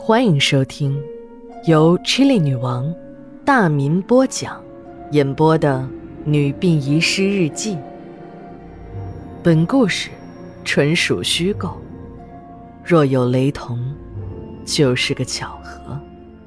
欢迎收听由 Chilli 女王大民播讲演播的女病遗失日记。本故事纯属虚构，若有雷同，就是个巧合。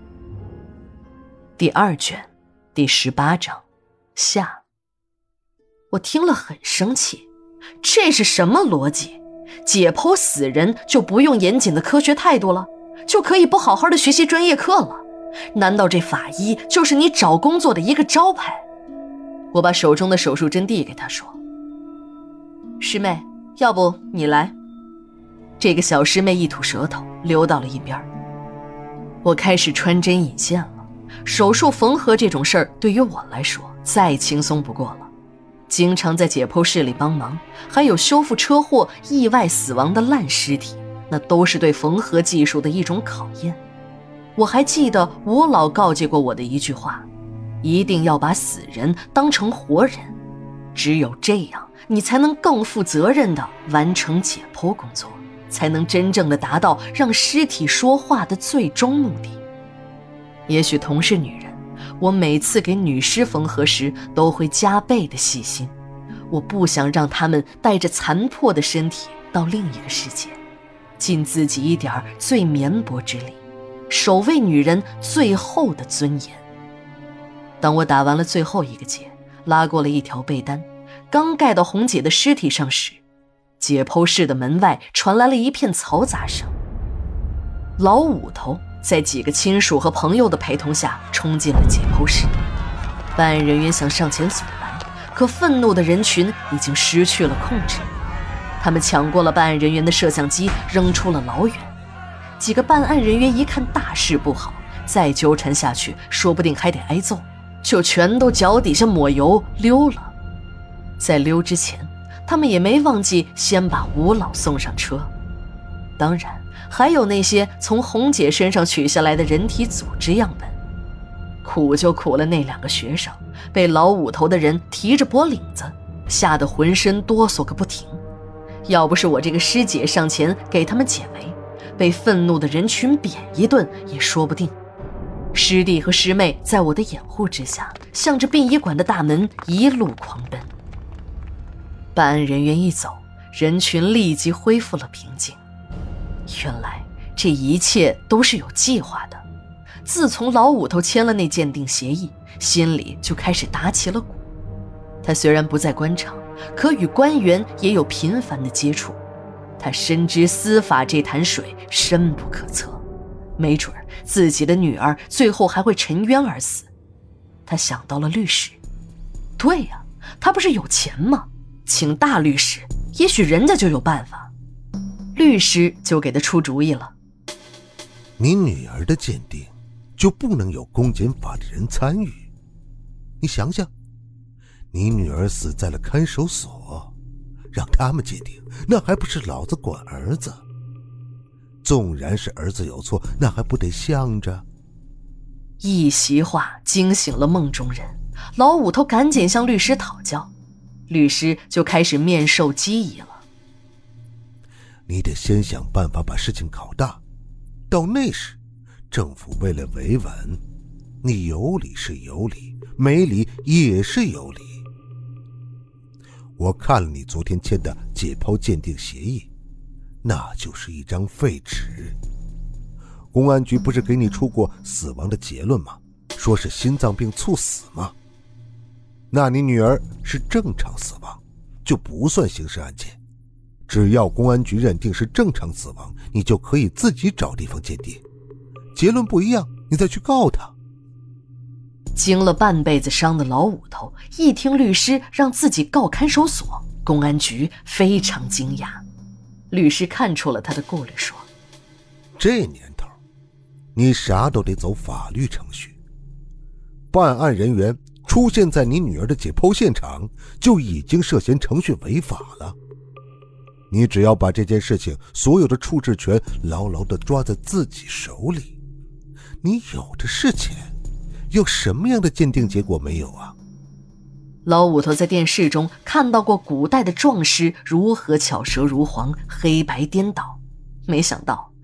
第二卷第18章下。 我听了很生气，这是什么逻辑？解剖死人就不用严谨的科学态度了，就可以不好好的学习专业课了？难道这法医就是你找工作的一个招牌？我把手中的手术针递给他说，师妹，要不你来。这个小师妹一吐舌头溜到了一边。我开始穿针引线了。手术缝合这种事儿对于我来说再轻松不过了，经常在解剖室里帮忙，还有修复车祸意外死亡的烂尸体，那都是对缝合技术的一种考验。我还记得吴老告诫过我的一句话，一定要把死人当成活人，只有这样你才能更负责任地完成解剖工作，才能真正地达到让尸体说话的最终目的。也许同是女人，我每次给女尸缝合时都会加倍的细心，我不想让她们带着残破的身体到另一个世界，尽自己一点最绵薄之力，守卫女人最后的尊严。当我打完了最后一个结，拉过了一条被单，刚盖到红姐的尸体上时，解剖室的门外传来了一片嘈杂声。老五头在几个亲属和朋友的陪同下冲进了解剖室，办案人员想上前阻拦，可愤怒的人群已经失去了控制，他们抢过了办案人员的摄像机，扔出了老远。几个办案人员一看大事不好，再纠缠下去说不定还得挨揍，就全都脚底下抹油溜了。在溜之前，他们也没忘记先把吴老送上车。当然还有那些从红姐身上取下来的人体组织样本。苦就苦了那2个学生，被老五头的人提着脖领子，吓得浑身哆嗦个不停。要不是我这个师姐上前给他们解围，被愤怒的人群扁一顿也说不定。师弟和师妹在我的掩护之下，向着殡仪馆的大门一路狂奔。办案人员一走，人群立即恢复了平静。原来这一切都是有计划的。自从老五头签了那鉴定协议，心里就开始打起了鼓。他虽然不在官场，可与官员也有频繁的接触。他深知司法这潭水深不可测，没准自己的女儿最后还会沉冤而死。他想到了律师。对呀，他不是有钱吗？请大律师，也许人家就有办法。律师就给他出主意了。 你女儿的鉴定就不能有公检法的人参与？你想想，你女儿死在了看守所，让他们鉴定，那还不是老子管儿子？纵然是儿子有错，那还不得向着？ 一席话惊醒了梦中人，老五头赶紧向律师讨教，律师就开始面授机宜了。 你得先想办法把事情搞大，到那时政府为了维稳，你有理是有理，没理也是有理。我看了你昨天签的解剖鉴定协议，那就是一张废纸。公安局不是给你出过死亡的结论吗？说是心脏病猝死吗？那你女儿是正常死亡，就不算刑事案件。只要公安局认定是正常死亡，你就可以自己找地方鉴定，结论不一样，你再去告他。 经了半辈子伤的老五头一听律师让自己告看守所，公安局非常惊讶。律师看出了他的顾虑，说， 这年头你啥都得走法律程序，办案人员出现在你女儿的解剖现场就已经涉嫌程序违法了。你只要把这件事情所有的处置权牢牢地抓在自己手里，你有的是钱，有什么样的鉴定结果没有啊？ 老五头在电视中看到过古代的壮士如何巧舌如簧，黑白颠倒，没想到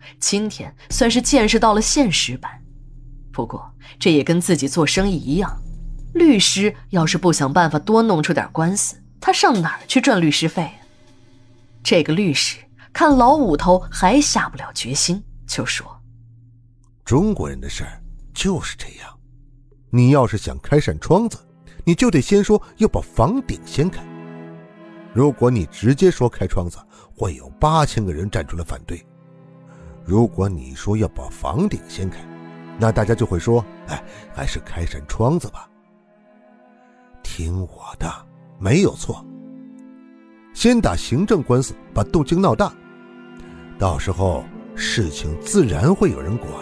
今天算是见识到了现实版。不过这也跟自己做生意一样，律师要是不想办法多弄出点官司，他上哪儿去赚律师费啊？这个律师看老五头还下不了决心，就说： 中国人的事儿就是这样，你要是想开扇窗子，你就得先说要把房顶掀开。如果你直接说开窗子，会有8000个人站出来反对。如果你说要把房顶掀开，那大家就会说，还是开扇窗子吧。听我的，没有错。先打行政官司，把动静闹大，到时候事情自然会有人管。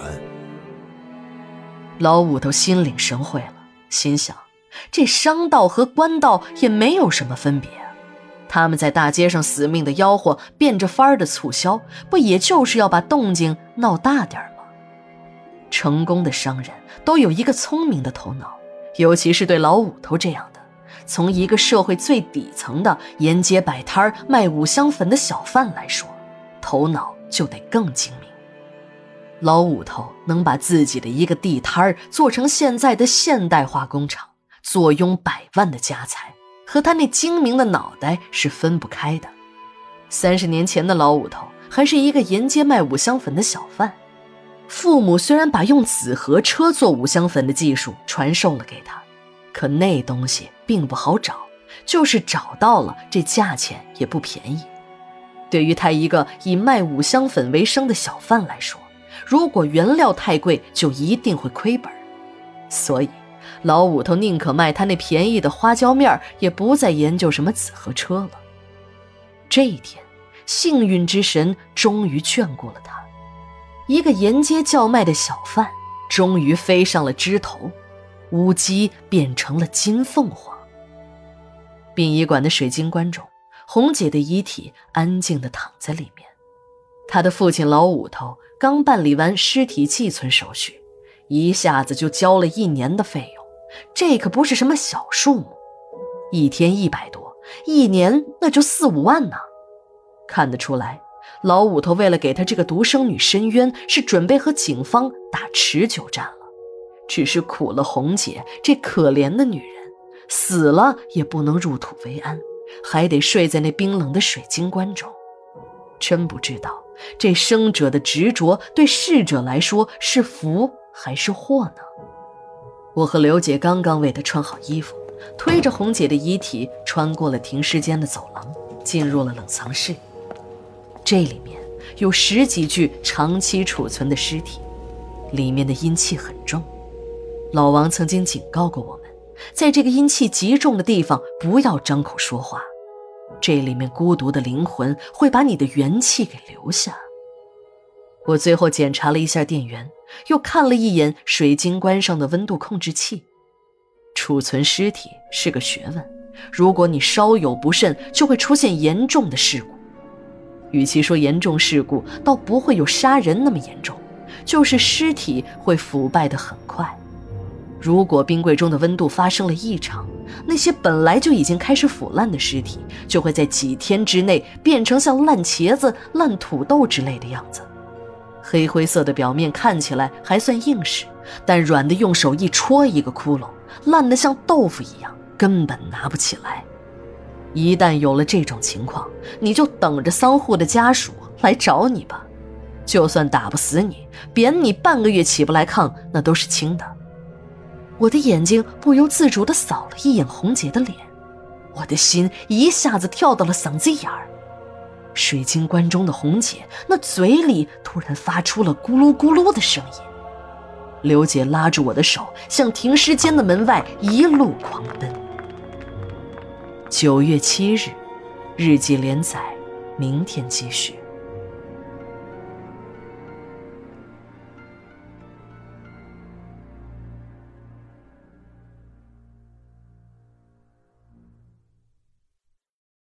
老五头心领神会了，心想这商道和官道也没有什么分别，他们在大街上死命的吆喝，变着法儿的促销，不也就是要把动静闹大点吗？成功的商人都有一个聪明的头脑，尤其是对老五头这样的，从一个社会最底层的沿街摆摊卖五香粉的小贩来说，头脑就得更精明。老五头能把自己的一个地摊做成现在的现代化工厂，坐拥100万的家财，和他那精明的脑袋是分不开的。30年前的老五头还是一个沿街卖五香粉的小贩，父母虽然把用纸盒车做五香粉的技术传授了给他，可那东西并不好找，就是找到了，这价钱也不便宜。对于他一个以卖五香粉为生的小贩来说，如果原料太贵，就一定会亏本。所以老五头宁可卖他那便宜的花椒面，也不再研究什么纸盒车了。这一天，幸运之神终于眷顾了他，一个沿街叫卖的小贩终于飞上了枝头，乌鸡变成了金凤凰。殡仪馆的水晶棺中，红姐的遗体安静地躺在里面。她的父亲老五头刚办理完尸体寄存手续，一下子就交了1年的费用，这可不是什么小数目，1天100多，1年那就4、5万呢。看得出来，老五头为了给他这个独生女申冤，是准备和警方打持久战了。只是苦了红姐这可怜的女人，死了也不能入土为安，还得睡在那冰冷的水晶棺中。真不知道这生者的执着对逝者来说是福还是祸呢？我和刘姐刚刚为她穿好衣服，推着红姐的遗体穿过了停尸间的走廊，进入了冷藏室。这里面有10几具长期储存的尸体，里面的阴气很重。老王曾经警告过我们，在这个阴气极重的地方不要张口说话，这里面孤独的灵魂会把你的元气给留下。我最后检查了一下电源，又看了一眼水晶棺上的温度控制器。储存尸体是个学问，如果你稍有不慎，就会出现严重的事故。与其说严重事故，倒不会有杀人那么严重，就是尸体会腐败得很快。如果冰柜中的温度发生了异常，那些本来就已经开始腐烂的尸体，就会在几天之内变成像烂茄子、烂土豆之类的样子。黑灰色的表面看起来还算硬实，但软的用手一戳一个窟窿，烂得像豆腐一样，根本拿不起来。一旦有了这种情况，你就等着丧户的家属来找你吧。就算打不死你，扁你半个月起不来炕，那都是轻的。我的眼睛不由自主地扫了一眼红姐的脸，我的心一下子跳到了嗓子眼儿。水晶棺中的红姐那嘴里突然发出了咕噜咕噜的声音。刘姐拉住我的手，向停尸间的门外一路狂奔。9月7日，日记连载，明天继续。